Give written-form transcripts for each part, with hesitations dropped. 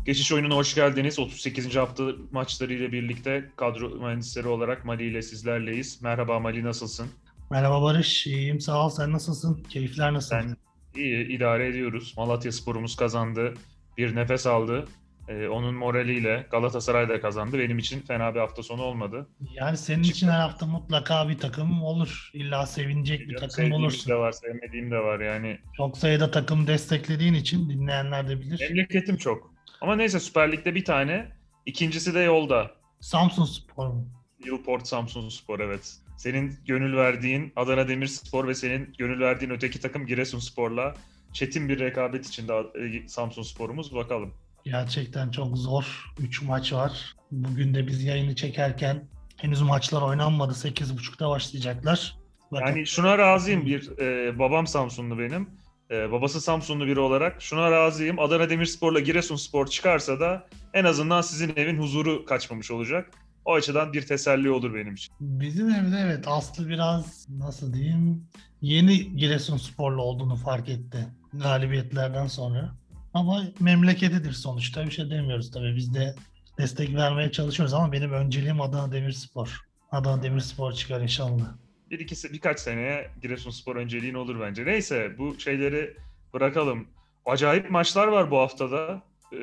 Geçiş oyununa hoş geldiniz. 38. hafta maçları ile birlikte kadro mühendisleri olarak Mali ile sizlerleyiz. Merhaba Mali, nasılsın? Merhaba Barış, iyiyim sağ ol. Sen nasılsın? Keyifler nasıl? Ben iyi, idare ediyoruz. Malatyasporumuz kazandı. Bir nefes aldı. Onun moraliyle Galatasaray da kazandı. Benim için fena bir hafta sonu olmadı. Yani senin için Açıkçası her hafta mutlaka bir takım olur. İlla sevinecek bir takım sevdiğimiz de bulursun. var, sevmediğim de var. Yani Çok sayıda takım desteklediğin için dinleyenler de bilir. memleketim çok. Ama neyse, Süper Lig'de bir tane. İkincisi de yolda. Samsunspor mu? Newport Samsunspor, evet. Senin gönül verdiğin Adana Demirspor ve senin gönül verdiğin öteki takım Giresunspor'la çetin bir rekabet içinde Samsunspor'umuz, bakalım. Gerçekten çok zor. 3 maç var. Bugün de biz yayını çekerken henüz maçlar oynanmadı. 8.30'da başlayacaklar. Bakalım. Yani şuna razıyım, babam Samsunlu benim. Babası Samsunlu biri olarak şuna razıyım. Adana Demirspor'la Giresunspor çıkarsa da en azından sizin evin huzuru kaçmamış olacak. O açıdan bir teselli olur benim için. Bizim evde evet Aslı biraz nasıl diyeyim yeni Giresunsporlu olduğunu fark etti galibiyetlerden sonra. Ama memleketidir sonuçta bir şey demiyoruz tabii. Biz de destek vermeye çalışıyoruz ama benim önceliğim Adana Demirspor. Adana Demirspor çıkar inşallah. Birkaç seneye Giresunspor önceliğin olur bence. Neyse, bu şeyleri bırakalım. Acayip maçlar var bu haftada.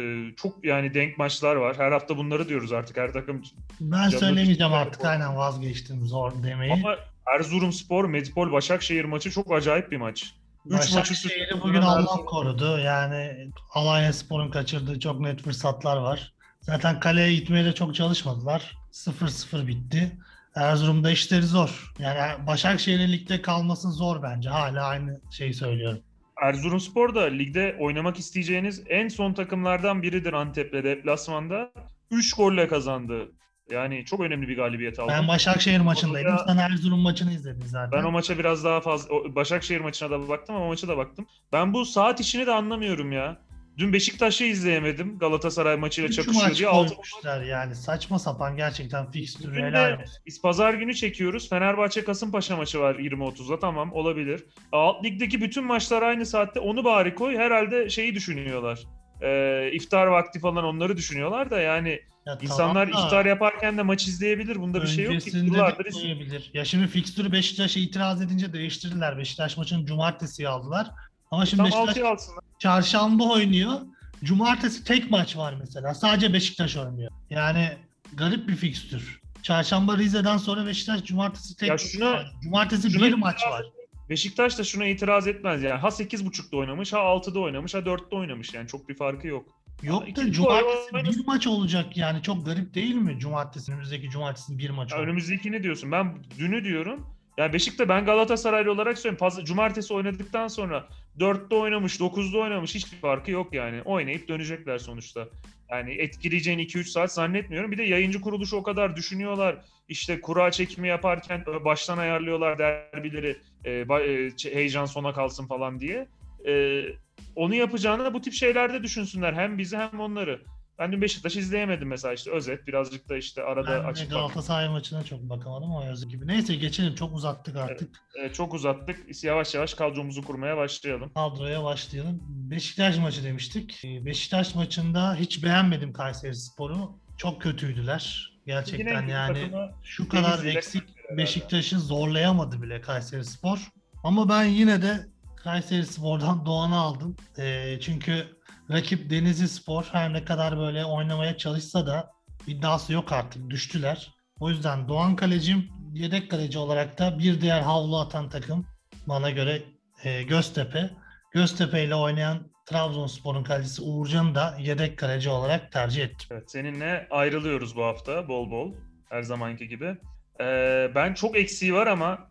Çok yani denk maçlar var. Her hafta bunları diyoruz artık. Her takım Ben canını söylemeyeceğim tutacak. artık aynen vazgeçtim zor demeyi. Ama Erzurumspor, Medipol, Başakşehir maçı çok acayip bir maç. 3 maç üst üste Başakşehir'i bugün kazanan Allah Erzurum. korudu. Yani Alanyaspor'un kaçırdığı çok net fırsatlar var. Zaten kaleye gitmeye de çok çalışmadılar. 0-0 bitti. Erzurum'da işleri zor. Yani Başakşehir'in ligde kalması zor bence. Hala aynı şeyi söylüyorum. Erzurumspor da ligde oynamak isteyeceğiniz en son takımlardan biridir Antep'le deplasmanda. 3 golle kazandı. Yani çok önemli bir galibiyet Ben aldı. Başakşehir maçındaydım. Orada Sen Erzurum maçını izledin ben o zaten. maça biraz daha fazla, Başakşehir maçına da baktım ama o maça da baktım. Ben bu saat işini de anlamıyorum ya. Dün Beşiktaş'ı izleyemedim, Galatasaray maçıyla 3 çakışıyor maç diye. koymuşlar yani. Saçma sapan gerçekten fikstürü Bugün helal de olsun. biz pazar günü çekiyoruz. Fenerbahçe Kasımpaşa maçı var 20.30'da, tamam, olabilir. Alt ligdeki bütün maçlar aynı saatte, onu bari koy. Herhalde şeyi düşünüyorlar. İftar vakti falan, onları düşünüyorlar da yani Ya tamam insanlar iftar da yaparken de maç izleyebilir. Bunda bir şey yok ki. öncesinde de Yıllardır izliyor. koyabilir. Ya şimdi fikstürü Beşiktaş'a itiraz edince değiştirdiler. Beşiktaş maçını cumartesiye aldılar. Ama şimdi Tam Beşiktaş 6'ya alsınlar. çarşamba oynuyor. Cumartesi tek maç var mesela. Sadece Beşiktaş oynuyor. Yani garip bir fikstür. Çarşamba Rize'den sonra Beşiktaş cumartesi Ya tek maç var. Cumartesi şuna bir maç itiraz var. Beşiktaş da şuna itiraz etmez yani. Ha 8.30'da oynamış, ha 6'da oynamış, ha 4'te oynamış. Yani çok bir farkı yok. Ama Yok da ikinci cumartesi oynasın. bir maç olacak yani. Çok garip değil mi? Cumartesi, önümüzdeki cumartesinin bir maç Ya oldu. önümüzdekini diyorsun. Ben dünü diyorum. Yani ben Galatasaraylı olarak söylüyorum. Cumartesi oynadıktan sonra 4'te oynamış, 9'da oynamış, hiçbir farkı yok yani. Oynayıp dönecekler sonuçta. Yani etkileyeceğini 2-3 saat zannetmiyorum. Bir de yayıncı kuruluşu o kadar düşünüyorlar. İşte kura çekimi yaparken baştan ayarlıyorlar derbileri. Heyecan sona kalsın falan diye. E, Onu yapacağına bu tip şeylerde düşünsünler. Hem bizi hem onları. Ben dün Beşiktaş'ı izleyemedim mesela, işte özet. Birazcık da işte arada Ben de açıp bak. Galatasaray maçına çok bakamadım o yazı gibi. Neyse geçelim çok uzattık artık. Çok uzattık. Yavaş yavaş kadromuzu kurmaya başlayalım. Kadroya başlayalım. Beşiktaş maçı demiştik. Beşiktaş maçında hiç beğenmedim Kayserispor'u. Çok kötüydüler. Ligin Gerçekten en kötü yani takımı şu kadar Denizli ile eksik Kayseri herhalde. Beşiktaş'ı zorlayamadı bile Kayserispor. Ama ben yine de Kayserispor'dan Doğan'ı aldım. Çünkü rakip Denizlispor her ne kadar böyle oynamaya çalışsa da iddiası yok artık. Düştüler. O yüzden Doğan kalecim, yedek kaleci olarak da bir diğer havlu atan takım bana göre Göztepe. Göztepe ile oynayan Trabzonspor'un kalecisi Uğurcan'ı da yedek kaleci olarak tercih ettim. Evet, seninle ayrılıyoruz bu hafta bol bol. Her zamanki gibi. Ben çok eksiği var ama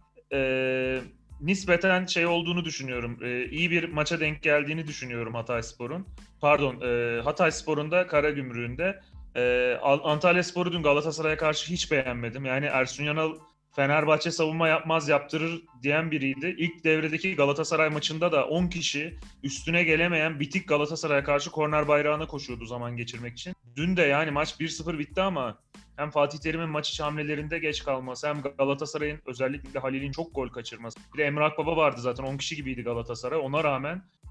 nispeten şey olduğunu düşünüyorum. İyi bir maça denk geldiğini düşünüyorum Hatayspor'un. Pardon, Hatayspor'un da Karagümrük'ün de. Antalyaspor'u dün Galatasaray'a karşı hiç beğenmedim. Yani Ersun Yanal Fenerbahçe savunma yapmaz yaptırır diyen biriydi. İlk devredeki Galatasaray maçında da 10 kişi üstüne gelemeyen bitik Galatasaray'a karşı korner bayrağına koşuyordu zaman geçirmek için. Dün de yani maç 1-0 bitti ama hem Fatih Terim'in maç içi hamlelerinde geç kalması, hem Galatasaray'ın özellikle Halil'in çok gol kaçırması. Bir de Emre Akbaba vardı zaten, 10 kişi gibiydi Galatasaray. Ona rağmen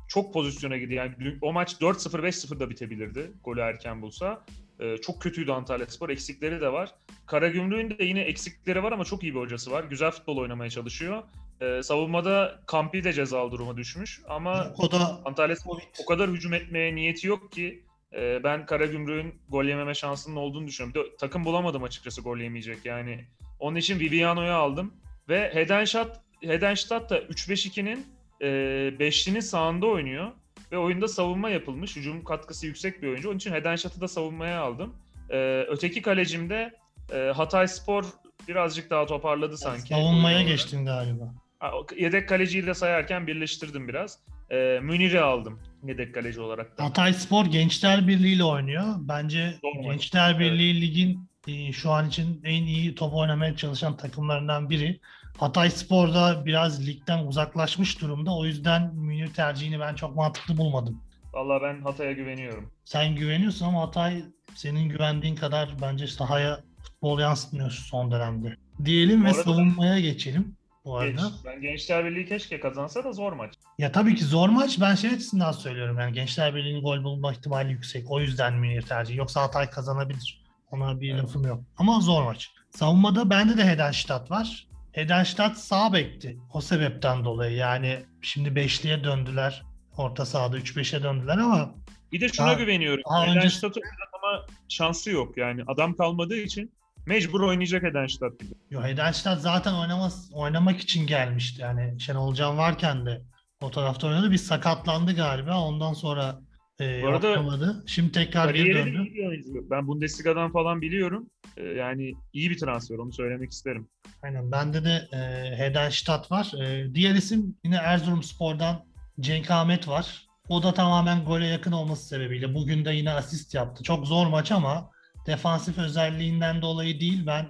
çok pozisyona gidiyor. Yani o maç 4-0 5-0 da bitebilirdi golü erken bulsa. Çok kötüydü Antalyaspor. Eksikleri de var. Karagümrük'ün de yine eksikleri var ama çok iyi bir hocası var. Güzel futbol oynamaya çalışıyor. Savunmada Kampi de cezalı duruma düşmüş. Ama O da Antalyaspor o kadar hücum etmeye niyeti yok ki ben Karagümrük'ün gol yememe şansının olduğunu düşünüyorum. Bir de takım bulamadım açıkçası gol yemeyecek. Yani onun için Viviano'yu aldım. Ve Hedenstadt da 3-5-2'nin beşlinin sağında oynuyor. Ve oyunda savunma yapılmış. Hücum katkısı yüksek bir oyuncu. Onun için Hedenstadt'ı da savunmaya aldım. Öteki kalecimde Hatayspor birazcık daha toparladı sanki. savunmaya geçtin galiba. Yedek kaleciyi de sayarken birleştirdim biraz. Münir'i aldım yedek kaleci olarak da. Hatayspor Gençler Birliği ile oynuyor. Bence Doğru. Gençler Birliği ligin şu an için en iyi top oynamaya çalışan takımlarından biri. Hatayspor da biraz ligden uzaklaşmış durumda. O yüzden Münir tercihini ben çok mantıklı bulmadım. Vallahi ben Hatay'a güveniyorum. Sen güveniyorsun ama Hatay senin güvendiğin kadar bence sahaya futbol yansıtmıyor son dönemde. Diyelim ve Bu arada savunmaya geçelim bu arada. Ben Gençler Birliği keşke kazansa da zor maç. Ya tabii ki zor maç. Ben şey açısından söylüyorum. Yani Gençler Birliği'nin gol bulma ihtimali yüksek. O yüzden Münir tercih. Yoksa Hatay kazanabilir. Ona bir lafım yok. Ama zor maç. Savunmada bende de Hedenstadt var. Hedenstadt sağ bekti. O sebepten dolayı. Yani şimdi beşliye döndüler. Orta sahada 3-5'e döndüler ama Bir de şuna Daha- güveniyorum. daha Hedenstadt'ın ama şansı yok yani. Adam kalmadığı için mecbur oynayacak Hedenstadt gibi. Hedenstadt zaten oynamak için gelmişti. Yani Şenol Can varken de o tarafta oynadı. Bir sakatlandı galiba. Ondan sonra Bu arada oynamadı. Şimdi tekrar geri kariyeri de döndü. iyi bir oyuncu. Ben Bundesliga'dan falan biliyorum. Yani iyi bir transfer, onu söylemek isterim. Aynen. Bende de Hedenstadt var. Diğer isim yine Erzurumspor'dan Cenk Ahmet var. O da tamamen gole yakın olması sebebiyle. Bugün de yine asist yaptı. Çok zor maç ama defansif özelliğinden dolayı değil. Ben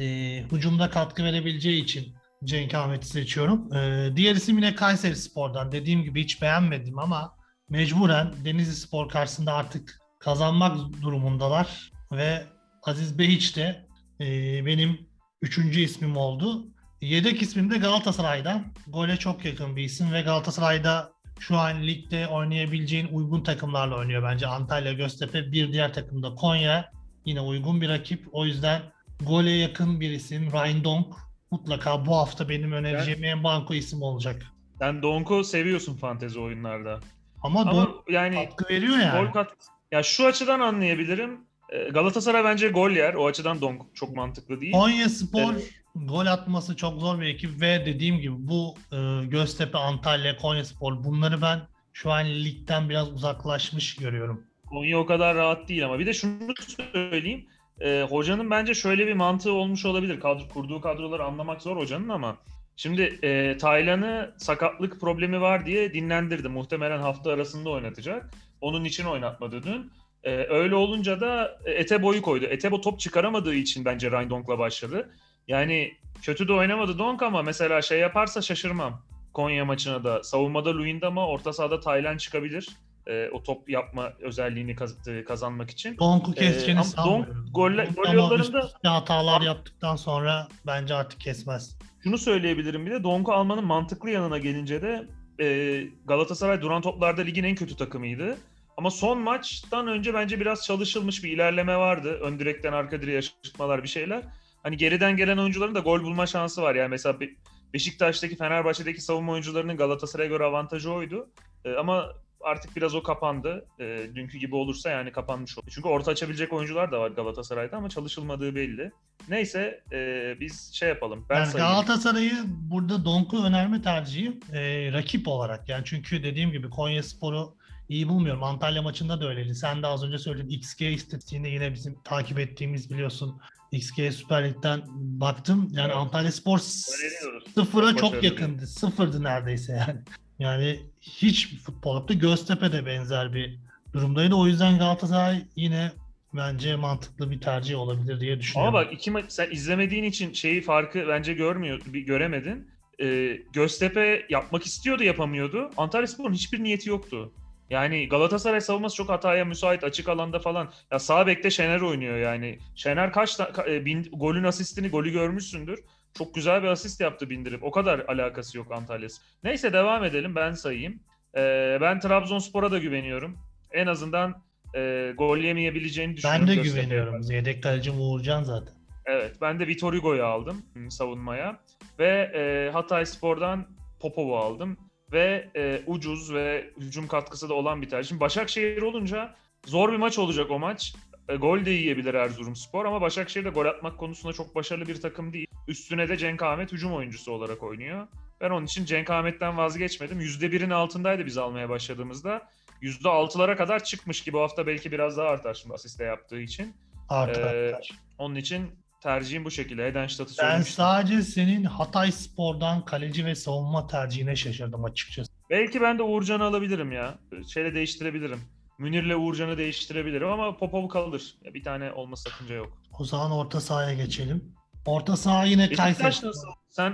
hücumda katkı verebileceği için Cenk Ahmet'i seçiyorum. Diğer isim yine Kayserispor'dan. Dediğim gibi hiç beğenmedim ama mecburen Denizlispor karşısında artık kazanmak durumundalar. Ve Aziz Behiç de benim üçüncü ismim oldu. Yedek ismim de Galatasaray'dan. Gole çok yakın bir isim ve Galatasaray'da şu an ligde oynayabileceğin uygun takımlarla oynuyor bence. Antalya, Göztepe, bir diğer takım da Konya. Yine uygun bir rakip. O yüzden gole yakın bir isim Ryan Donk. Mutlaka bu hafta benim önereceğim en banko isim olacak. Sen Donk'u seviyorsun fantezi oyunlarda. Ama Ama Donk yani katkı veriyor yani. gol kat. Ya şu açıdan anlayabilirim. Galatasaray bence gol yer. O açıdan Donk çok mantıklı değil. Konyaspor Evet. gol atması çok zor bir ekip ve dediğim gibi bu Göztepe, Antalya, Konyaspor bunları ben şu an ligden biraz uzaklaşmış görüyorum. Konya o kadar rahat değil ama bir de şunu söyleyeyim. Hocanın bence şöyle bir mantığı olmuş olabilir. Kurduğu kadroları anlamak zor hocanın ama şimdi Taylan'ı sakatlık problemi var diye dinlendirdi. Muhtemelen hafta arasında oynatacak. Onun için oynatmadı dün. Öyle olunca da Etebo'yu koydu. Etebo top çıkaramadığı için bence Ryan başladı. Yani kötü de oynamadı Donk ama mesela şey yaparsa şaşırmam. Konya maçına da savunmada Luyendama, orta sahada Taylan çıkabilir. O top yapma özelliğini kazanmak için. Donk'u keseceğini Ama sanmıyorum. gol Donk ama yollarında üst üste hatalar yaptıktan sonra bence artık kesmez. şunu söyleyebilirim bir de Donk'u almanın mantıklı yanına gelince de Galatasaray duran toplarda ligin en kötü takımıydı. Ama son maçtan önce bence biraz çalışılmış bir ilerleme vardı. Ön direkten arka direğe yaşatmalar bir şeyler. Hani geriden gelen oyuncuların da gol bulma şansı var. Yani mesela Beşiktaş'taki, Fenerbahçe'deki savunma oyuncularının Galatasaray'a göre avantajı oydu. Ama artık biraz o kapandı. Dünkü gibi olursa yani kapanmış oldu. Çünkü orta açabilecek oyuncular da var Galatasaray'da ama çalışılmadığı belli. Neyse biz şey yapalım. Ben Yani sayayım. Galatasaray'ı burada Donk'u önerme tercihim rakip olarak. Yani çünkü dediğim gibi Konyaspor'u iyi bulmuyorum. Antalya maçında da öyleydi. Sen de az önce söyledin. XG istatistiğinde yine bizim takip ettiğimiz biliyorsun. XG Süper Lig'den baktım. Yani Evet. Antalyaspor Öneriyoruz. sıfıra çok başarılı yakındı. Sıfırdı neredeyse yani. Yani hiç futbol yoktu. Göztepe de benzer bir durumdaydı. O yüzden Galatasaray yine bence mantıklı bir tercih olabilir diye düşünüyorum. Ama bak iki maç sen izlemediğin için farkı bence göremedin. Göztepe yapmak istiyordu, yapamıyordu. Antalyaspor'un hiçbir niyeti yoktu. Yani Galatasaray savunması çok hataya müsait, açık alanda falan. Ya sağ bekte Şener oynuyor yani. Şener golün asistini, golü görmüşsündür. Çok güzel bir asist yaptı bindirip. O kadar alakası yok Antalya'sı. Neyse devam edelim, ben sayayım. Ben Trabzonspor'a da güveniyorum. En azından gol yemeyebileceğini Ben düşünüyorum de Göztepe'ye. güveniyorum. Yedek kaleci Uğurcan zaten. Evet, ben de Vitor Hugo'yu aldım savunmaya ve Hatayspor'dan Popov'u aldım ve ucuz ve hücum katkısı da olan bir tercih. Şimdi Başakşehir olunca zor bir maç olacak o maç. Gol de yiyebilir Erzurumspor ama Başakşehir de gol atmak konusunda çok başarılı bir takım değil. Üstüne de Cenk Ahmet hücum oyuncusu olarak oynuyor. Ben onun için Cenk Ahmet'ten vazgeçmedim. %1'in altındaydı biz almaya başladığımızda. %6'lara kadar çıkmış ki bu hafta belki biraz daha artar şimdi asiste yaptığı için. Ee, Artar. Onun için tercihim bu şekilde. Hedenstadt'ı Ben söylemiştim. sadece senin Hatayspor'dan kaleci ve savunma tercihine şaşırdım açıkçası. Belki ben de Uğurcan'ı alabilirim ya. Şeyle değiştirebilirim. Münir'le Uğurcan'ı değiştirebilirim ama Popov kalır. Ya bir tane olması sakınca yok. O zaman orta sahaya geçelim. Orta saha yine Kayseri. Beşiktaş nasıl? Sen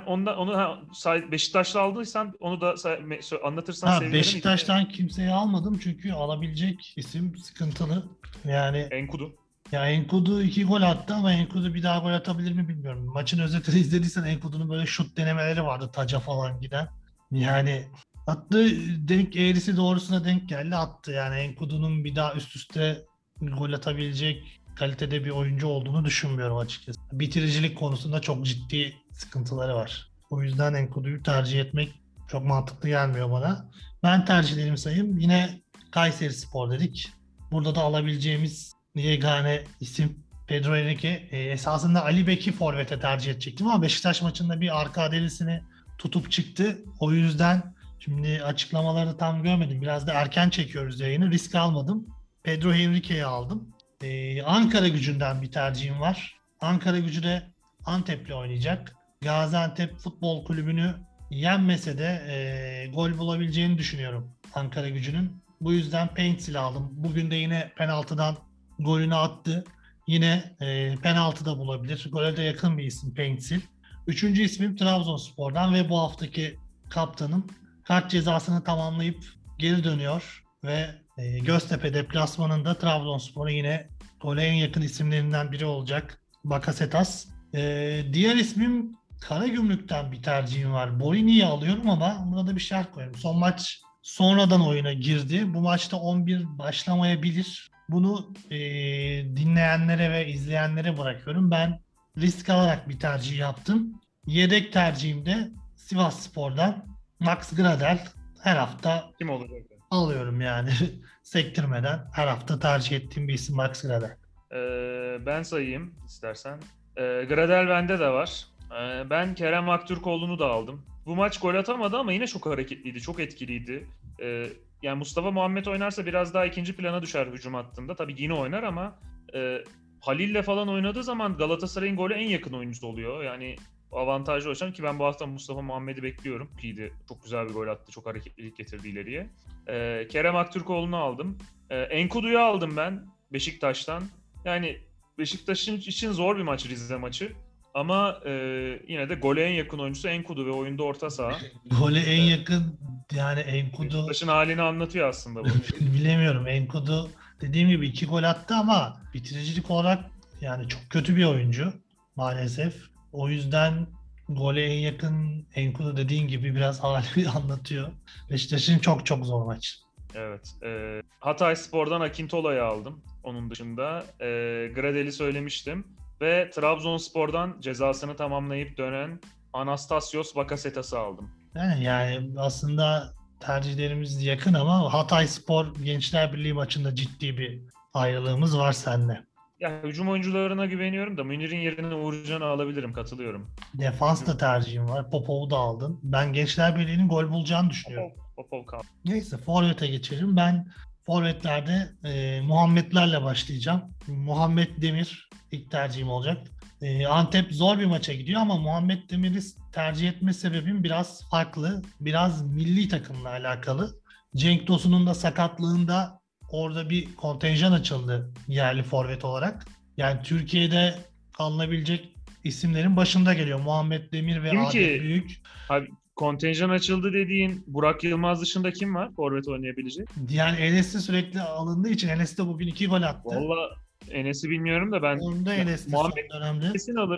Beşiktaş'la aldıysan onu da anlatırsan Ha, sevinirim. Beşiktaş'tan kimseyi almadım çünkü alabilecek isim sıkıntılı. Yani Enkudu. ya Enkudu 2 gol attı ama Enkudu bir daha gol atabilir mi bilmiyorum. Maçın özetini izlediysen Enkudu'nun böyle şut denemeleri vardı taca falan giden. Yani attı, eğrisi doğrusuna denk geldi attı. Yani Enkudu'nun bir daha üst üste gol atabilecek kalitede bir oyuncu olduğunu düşünmüyorum açıkçası. Bitiricilik konusunda çok ciddi sıkıntıları var. O yüzden Enkudu'yu tercih etmek çok mantıklı gelmiyor bana. Ben tercihlerimi sayayım. Yine Kayserispor dedik. Burada da alabileceğimiz yegane isim Pedro Henrique. Esasında Ali Bek'i forvete tercih edecektim ama Beşiktaş maçında bir arka delisini tutup çıktı. O yüzden şimdi açıklamaları tam görmedim. Biraz da erken çekiyoruz yayını. Risk almadım. Pedro Henrique'yi aldım. Ankara Gücü'nden bir tercihim var. Ankara Gücü de Antep'le oynayacak. Gaziantep Futbol Kulübü'nü yenmese de gol bulabileceğini düşünüyorum Ankara Gücü'nün. Bu yüzden Paintsil'i aldım. Bugün de yine penaltıdan golünü attı. Yine penaltı da bulabilir. Gole de yakın bir isim Paintsil. Üçüncü ismim Trabzonspor'dan ve bu haftaki kaptanım. Kart cezasını tamamlayıp geri dönüyor ve Göztepe deplasmanında Trabzonspor'a yine gole en yakın isimlerinden biri olacak Bakasetas. Diğer ismim Karagümrük'ten bir tercihim var. Borini'yi alıyorum ama burada bir şart koyuyorum. Son maç sonradan oyuna girdi. Bu maçta 11 başlamayabilir. Bunu dinleyenlere ve izleyenlere bırakıyorum. Ben risk alarak bir tercih yaptım. Yedek tercihim de Sivasspor'dan Max Gradel. Her hafta Kim olacak? alıyorum yani sektirmeden. Her hafta tercih ettiğim bir isim Max Gradel. Ben sayayım istersen. Gradel bende de var. Ben Kerem Aktürkoğlu'nu da aldım. Bu maç gol atamadı ama yine çok hareketliydi, çok etkiliydi. Yani Mustafa Muhammed oynarsa biraz daha ikinci plana düşer hücum hattında. Tabii yine oynar ama Halil'le falan oynadığı zaman Galatasaray'ın golü en yakın oyuncusu oluyor. Yani avantajlı olacak ki ben bu hafta Mustafa Muhammed'i bekliyorum. İyiydi. Çok güzel bir gol attı. Çok hareketlilik getirdi ileriye. Kerem Aktürkoğlu'nu aldım. Enkudu'yu aldım ben Beşiktaş'tan. Yani Beşiktaş'ın için zor bir maç Rize maçı. Ama yine de gole en yakın oyuncusu Enkudu ve oyunda orta saha. Gole en yakın yani Enkudu Beşiktaş'ın halini anlatıyor aslında bu. bilemiyorum. Enkudu dediğim gibi 2 gol attı ama bitiricilik olarak yani çok kötü bir oyuncu maalesef. O yüzden gole en yakın Enkudu dediğin gibi biraz hali anlatıyor. Beşiktaş'ın çok çok zor maç. Evet. Hatayspor'dan Akintola'yı aldım. Onun dışında Gradel'i söylemiştim. Ve Trabzonspor'dan cezasını tamamlayıp dönen Anastasios Bakasetas'ı aldım. Yani aslında tercihlerimiz yakın ama Hatayspor Gençler Birliği maçında ciddi bir ayrılığımız var seninle. Ya hücum oyuncularına güveniyorum da Münir'in yerine Uğurcan'ı alabilirim. Katılıyorum. Defans da tercihim var. Popov'u da aldın. Ben Gençler Birliği'nin gol bulacağını düşünüyorum. Popov kaldı. Neyse forvete geçelim. Ben forvetlerde Muhammedlerle başlayacağım. Muhammed Demir ilk tercihim olacak. Antep zor bir maça gidiyor ama Muhammed Demir'i tercih etme sebebim biraz farklı. Biraz milli takımla alakalı. Cenk Tosun'un da sakatlığında orada bir kontenjan açıldı yerli forvet olarak. Yani Türkiye'de alınabilecek isimlerin başında geliyor. Muhammed Demir ve Kim Adem ki? Büyük. Abi, kontenjan açıldı dediğin Burak Yılmaz dışında kim var forvet oynayabilecek? Yani Enes'te sürekli alındığı için Enes de bugün 2 gol attı. Valla Enes'i bilmiyorum da ben Onda Enes'te son Muhammed dönemde. kesin alırım.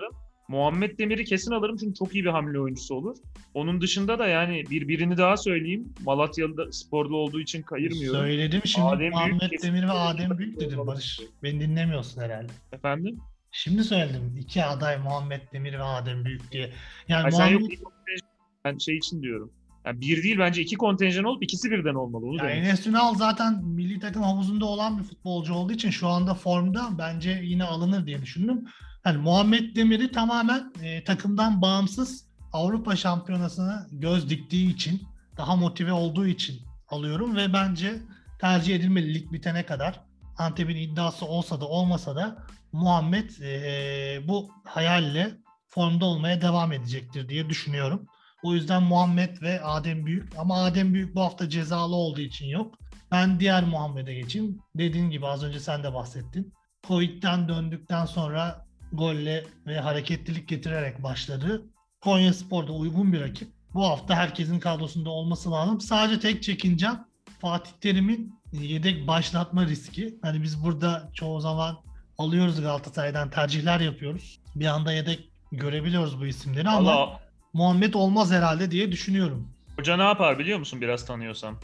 Muhammed Demir'i kesin alırım çünkü çok iyi bir hamle oyuncusu olur. Onun dışında da yani birini daha söyleyeyim. Malatyalı sporlu olduğu için kayırmıyorum. Söyledim şimdi Adem Büyük Muhammed Demir ve kesinlikle Adem Büyük dedim olmalı. Barış. Beni dinlemiyorsun herhalde. Efendim? Şimdi söyledim. İki aday Muhammed Demir ve Adem Büyük diye. Yani Ay sen yok Muhammed bir kontenjan. Ben şey için diyorum. Yani bir değil bence iki kontenjan olup ikisi birden olmalı. Onu ya demek Enes Ünal zaten milli takım havuzunda olan bir futbolcu olduğu için şu anda formda bence yine alınır diye düşündüm. Hani Muhammed Demir'i tamamen takımdan bağımsız Avrupa Şampiyonası'na göz diktiği için, daha motive olduğu için alıyorum ve bence tercih edilmeli lig bitene kadar. Antep'in iddiası olsa da olmasa da Muhammed bu hayalle formda olmaya devam edecektir diye düşünüyorum. O yüzden Muhammed ve Adem Büyük. Ama Adem Büyük bu hafta cezalı olduğu için yok. Ben diğer Muhammed'e geçeyim. Dediğin gibi az önce sen de bahsettin. Covid'den döndükten sonra golle ve hareketlilik getirerek başladı. Konyaspor'da uygun bir rakip. Bu hafta herkesin kadrosunda olması lazım. Sadece tek çekincem Fatih Terim'in yedek başlatma riski. Hani biz burada çoğu zaman alıyoruz Galatasaray'dan tercihler yapıyoruz. Bir anda yedek görebiliyoruz bu isimleri ama valla Muhammed olmaz herhalde diye düşünüyorum. hoca ne yapar biliyor musun biraz tanıyorsam?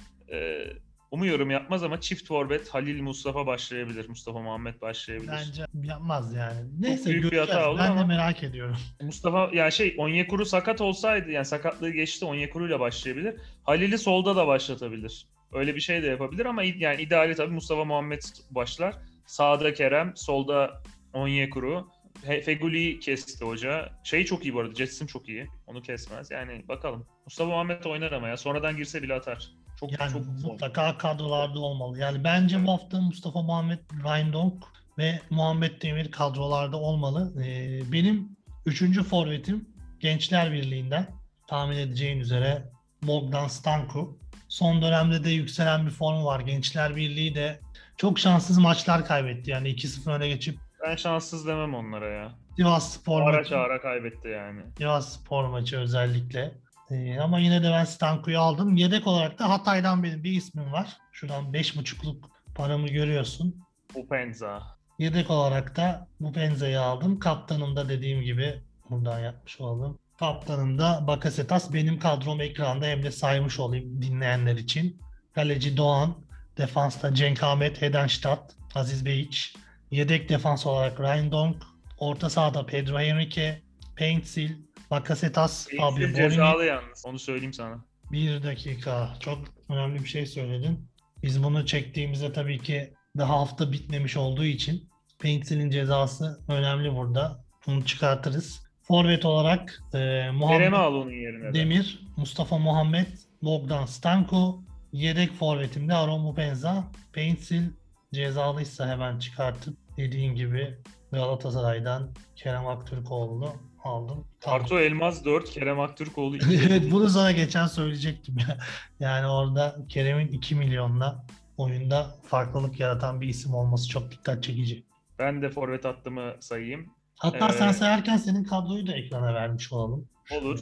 Umuyorum yapmaz ama çift forvet Halil Mustafa başlayabilir. Mustafa Muhammed başlayabilir. Bence yapmaz yani. Neyse büyük bir göreceğiz. hata olur Ben de ama merak ediyorum. Mustafa ya Onyekuru sakat olsaydı yani sakatlığı geçti Onyekuru'yla başlayabilir. Halil'i solda da başlatabilir. Öyle bir şey de yapabilir ama yani ideali tabii Mustafa Muhammed başlar. Sağda Kerem, solda Onyekuru. Feguli kesti hoca. Şey çok iyi bu arada. Jetson çok iyi. Onu kesmez. Yani bakalım. Mustafa Muhammed oynar ama ya. Sonradan girse bile atar. Yani Çok mutlaka kadrolarda olmalı. Yani bence bu hafta Mustafa Muhammed, Ryan Donk ve Muhammed Demir kadrolarda olmalı. Benim üçüncü forvetim Gençler Birliği'nden tahmin edeceğin üzere Bogdan Stanku. Son dönemde de yükselen bir formu var. Gençler Birliği de çok şanssız maçlar kaybetti. Yani 2-0 öne geçip ben şanssız demem onlara ya. Sivas Spor Çağıra maçı, çağıra kaybetti yani. Sivas Spor maçı özellikle. Ama yine de ben Stanku'yu aldım. Yedek olarak da Hatay'dan benim bir ismim var. Şuradan 5.5'luk paramı görüyorsun. Upenza. Yedek olarak da Mupenza'yı aldım. Kaptanım da dediğim gibi buradan yapmış oldum. Kaptanım da Bakasetas. Benim kadrom ekranda hem de saymış olayım dinleyenler için. Kaleci Doğan. Defansta Cenk Ahmet, Hedenstadt, Aziz Beyiç. Yedek defans olarak Ryan Donk. Orta sahada Pedro Henrique, Paintsil, Bakasetas, Fabio Eğitim Borini. cezalı yalnız. Onu söyleyeyim sana. Bir dakika. Çok önemli bir şey söyledin. Biz bunu çektiğimizde tabii ki daha hafta bitmemiş olduğu için Paintsil'in cezası önemli burada. Bunu çıkartırız. Forvet olarak Muhammed Kerem'i al onun yerine de. Demir, Mustafa Muhammed, Bogdan Stanko. Yedek forvetimde Aron Mupenza. Paintsil cezalıysa hemen çıkartıp dediğin gibi Galatasaray'dan Kerem Aktürkoğlu'nu aldım. Tamam. Artu Elmaz 4, Kerem Aktürkoğlu 2. Evet bunu sana geçen söyleyecektim ya. Yani orada Kerem'in 2 milyonla oyunda farklılık yaratan bir isim olması çok dikkat çekici. Ben de forvet hattımı sayayım. Hatta sen sayarken senin kadroyu da ekrana vermiş olalım. Olur.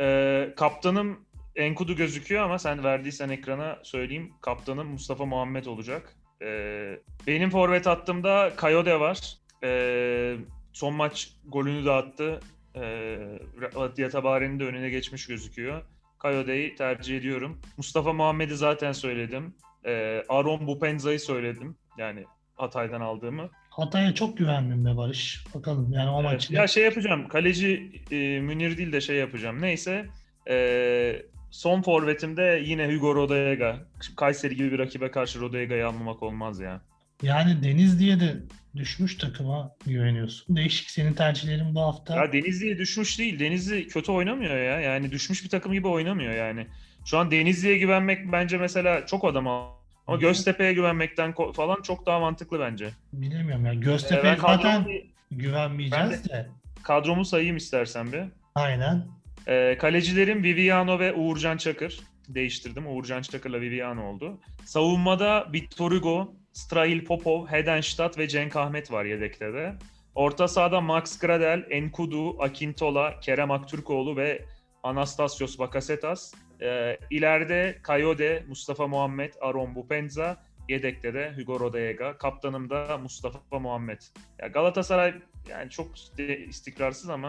Kaptanım Enkudu gözüküyor ama sen verdiysen ekrana söyleyeyim. Kaptanım Mustafa Muhammed olacak. Benim forvet hattımda Kayode var. Son maç golünü de attı. Diatabare'nin de önüne geçmiş gözüküyor. Kayode'yi tercih ediyorum. Mustafa Muhammed'i zaten söyledim. Aron Bupenza'yı söyledim. Yani Hatay'dan aldığımı. Hatay'a çok güvendim be Barış. Bakalım yani o maçı. Ya şey yapacağım. Kaleci Münir değil de şey yapacağım. Neyse. Son forvetimde yine Hugo Rodallega. Kayseri gibi bir rakibe karşı Rodallega'yı almamak olmaz ya. Yani Denizli'ye de düşmüş takıma güveniyorsun. Değişik senin tercihlerin bu hafta. Ya Denizli'ye düşmüş değil. Denizli kötü oynamıyor ya. Yani düşmüş bir takım gibi oynamıyor yani. Şu an Denizli'ye güvenmek bence mesela çok adam ama Göztepe'ye güvenmekten falan çok daha mantıklı bence. Bilemiyorum ya. Göztepe'ye Ben zaten güvenmeyeceğiz de. kadromu sayayım istersen bir. Aynen. Kalecilerim Viviano ve Uğurcan Çakır. Değiştirdim. Uğurcan Çakır'la Viviano oldu. Savunmada Victor Hugo, Strail Popov, Hedenstadt ve Cenk Ahmet var yedekte de. Orta sahada Max Gradel, Enkudu, Akintola, Kerem Aktürkoğlu ve Anastasios Bakasetas. İleride Kayode, Mustafa Muhammed, Aron Bupenza. Yedekte de Hugo Rodallega. Kaptanım da Mustafa Muhammed. Ya Galatasaray yani çok istikrarsız ama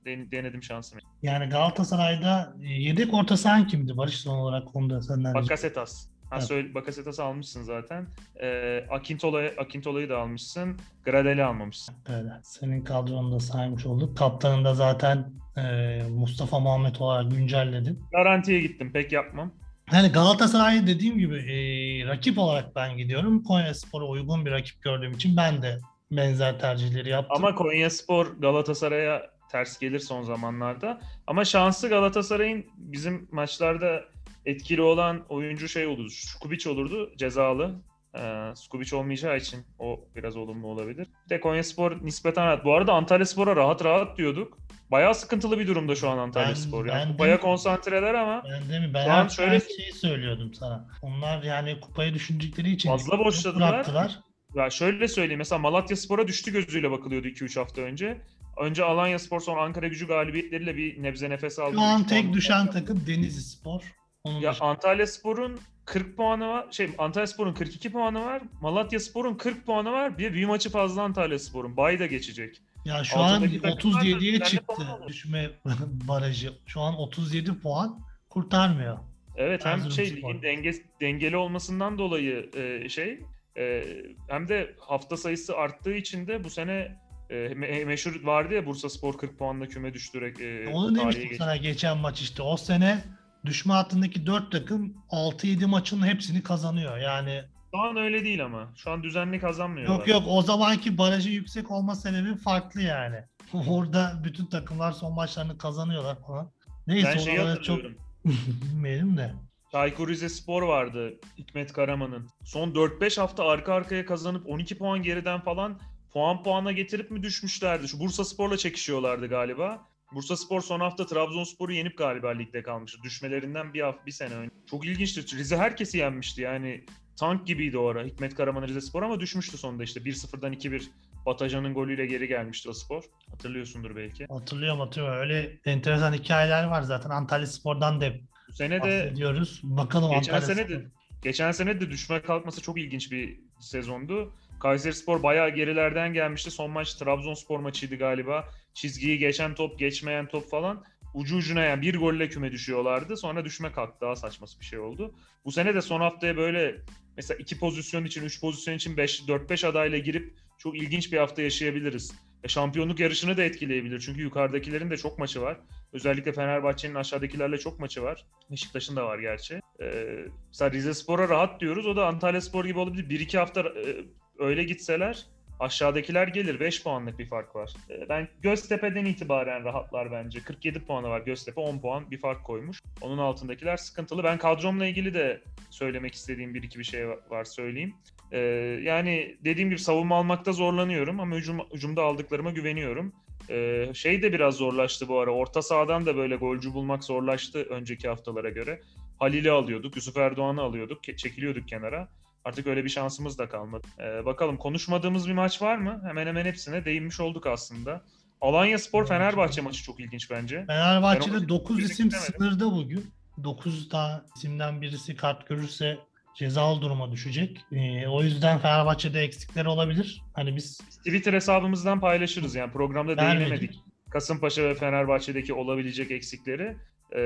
denedim şansımı. Yani Galatasaray'da yedek orta sahan kimdi Barış, son olarak onu da senden ricam. Bakasetas. Evet. Bakasetas'ı almışsın zaten. Akintola'yı da almışsın. Gradel'i almamışsın. Öyle. Senin kadronu da saymış olduk. Kaptanını da zaten Mustafa Muhammed olarak güncelledin. Garantiye gittim. Pek yapmam. Yani Galatasaray'ı dediğim gibi rakip olarak ben gidiyorum. Konyaspor'a uygun bir rakip gördüğüm için ben de benzer tercihleri yaptım. Ama Konyaspor Galatasaray'a ters gelir son zamanlarda. Ama şansı Galatasaray'ın bizim maçlarda etkili olan oyuncu şey olurdu. Škubić olurdu, cezalı. Škubić olmayacağı için o biraz olumlu olabilir. Bir de Konyaspor nispeten rahat. Bu arada Antalyaspor'a rahat rahat diyorduk. Bayağı sıkıntılı bir durumda şu an Antalyaspor. Yani kupaya konsantreler ama Ben şu an her şöyle şeyi söylüyordum sana. Onlar yani kupayı düşündükleri için fazla boşladılar. bıraktılar. Ya şöyle söyleyeyim, mesela Malatyaspor'a düştü gözüyle bakılıyordu 2-3 hafta önce. Önce Alanyaspor, sonra Ankaragücü galibiyetleriyle bir nebze nefes aldı. Şu an 3 tek puan düşen var. takım Denizlispor. Onun Ya dışında- Antalyaspor'un 40 puanı var. Antalyaspor'un 42 puanı var. Malatyaspor'un 40 puanı var. Bir maçı fazla Antalyaspor'un. Bay da geçecek. Ya şu an Altındaki takımlar da 37'ye düzenli çıktı puan alır. düşme barajı. Şu an 37 puan kurtarmıyor. Evet, hem Erzurumspor. ligin dengeli olmasından dolayı hem de hafta sayısı arttığı için de bu sene meşhur vardı ya, Bursaspor 40 puanla küme düştü. Onu tarihe demiştim geçti. sana geçen maç işte. O sene düşme hattındaki 4 takım 6-7 maçın hepsini kazanıyor. Yani Şu an öyle değil ama. Şu an düzenli kazanmıyorlar. yok o zamanki barajı yüksek olma sebebi farklı yani. Orada bütün takımlar son maçlarını kazanıyorlar falan. Neyse Ben şeyi oralara çok hatırlıyorum. bilmeyelim de. Çaykur Rizespor vardı, Hikmet Karaman'ın. Son 4-5 hafta arka arkaya kazanıp 12 puan geriden falan puana getirip mi düşmüşlerdi? Şu Bursaspor'la çekişiyorlardı galiba. Bursaspor son hafta Trabzonspor'u yenip galiba ligde kalmıştı. Düşmelerinden bir sene önce. Çok ilginçti. Rize herkesi yenmişti yani. Tank gibiydi o ara Hikmet Karaman Rizespor, ama düşmüştü sonunda işte. 1-0'dan 2-1 Batajan'ın golüyle geri gelmişti o spor. Hatırlıyorsundur belki. Hatırlıyorum. Öyle enteresan hikayeler var zaten. Antalyaspor'dan da Bu sene de bahsediyoruz. Bakalım geçen sene de düşme kalkması çok ilginç bir sezondu. Kayserispor bayağı gerilerden gelmişti. Son maç Trabzonspor maçıydı galiba. Çizgiyi geçen top, geçmeyen top falan. Ucu ucuna yani bir golle küme düşüyorlardı. Sonra düşme kalktı. Daha saçması bir şey oldu. Bu sene de son haftaya böyle mesela 2 pozisyon için, 3 pozisyon için 4-5 adayla girip çok ilginç bir hafta yaşayabiliriz. Şampiyonluk yarışını da etkileyebilir. Çünkü yukarıdakilerin de çok maçı var. Özellikle Fenerbahçe'nin aşağıdakilerle çok maçı var. Beşiktaş'ın da var gerçi. Mesela Rizespor'a rahat diyoruz. O da Antalyaspor gibi olabilir. 1-2 hafta öyle gitseler aşağıdakiler gelir. 5 puanlık bir fark var. Ben Göztepe'den itibaren rahatlar bence. 47 puanı var Göztepe. 10 puan bir fark koymuş. Onun altındakiler sıkıntılı. Ben kadromla ilgili de söylemek istediğim bir şey var, söyleyeyim. Yani dediğim gibi savunma almakta zorlanıyorum ama hücumda aldıklarıma güveniyorum. Şey de biraz zorlaştı bu ara. Orta sahadan da böyle golcü bulmak zorlaştı önceki haftalara göre. Halil'i alıyorduk, Yusuf Erdoğan'ı alıyorduk, çekiliyorduk kenara. Artık öyle bir şansımız da kalmadı. Bakalım, konuşmadığımız bir maç var mı? Hemen hemen hepsine değinmiş olduk aslında. Alanyaspor Fenerbahçe maçı çok ilginç bence. Fenerbahçe'de 9 isim istemedim. sınırda bugün. 9 tane isimden birisi kart görürse cezalı duruma düşecek. O yüzden Fenerbahçe'de eksikleri olabilir. Hani biz Twitter hesabımızdan paylaşırız, yani programda vermedik. değinemedik. Kasımpaşa ve Fenerbahçe'deki olabilecek eksikleri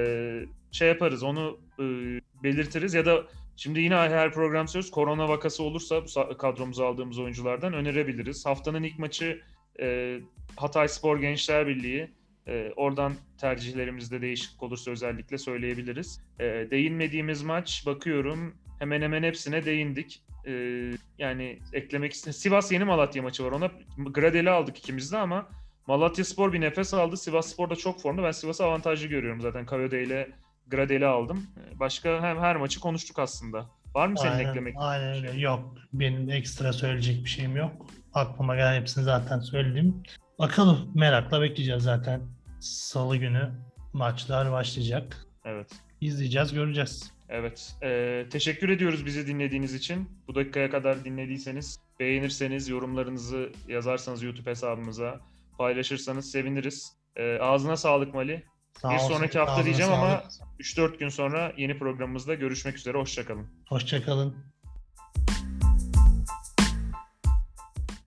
şey yaparız, onu belirtiriz ya da şimdi yine her program söz korona vakası olursa bu kadromuza aldığımız oyunculardan önerebiliriz. Haftanın ilk maçı Hatayspor Gençler Birliği. Oradan tercihlerimizde değişiklik olursa özellikle söyleyebiliriz. Değinmediğimiz maç, bakıyorum hemen hemen hepsine değindik. Yani eklemek istedim. Sivas Yeni Malatya maçı var. Ona Gradel'i aldık ikimiz de ama Malatyaspor bir nefes aldı. Sivasspor da çok formda. Ben Sivas'ı avantajlı görüyorum zaten. Kayode ile Gradel'i aldım. Başka her maçı konuştuk aslında. Var mı senin eklemek? Aynen öyle. Yok. Benim ekstra söyleyecek bir şeyim yok. Aklıma gelen hepsini zaten söyledim. Bakalım, merakla bekleyeceğiz zaten. Salı günü maçlar başlayacak. Evet. İzleyeceğiz, göreceğiz. Evet. Teşekkür ediyoruz bizi dinlediğiniz için. Bu dakikaya kadar dinlediyseniz, beğenirseniz, yorumlarınızı yazarsanız YouTube hesabımıza, paylaşırsanız seviniriz. Ağzına sağlık Mali. Sağ Bir olsun, sonraki hafta ağzına diyeceğim ama sağlık. 3-4 gün sonra yeni programımızda görüşmek üzere. Hoşça kalın. Hoşça kalın.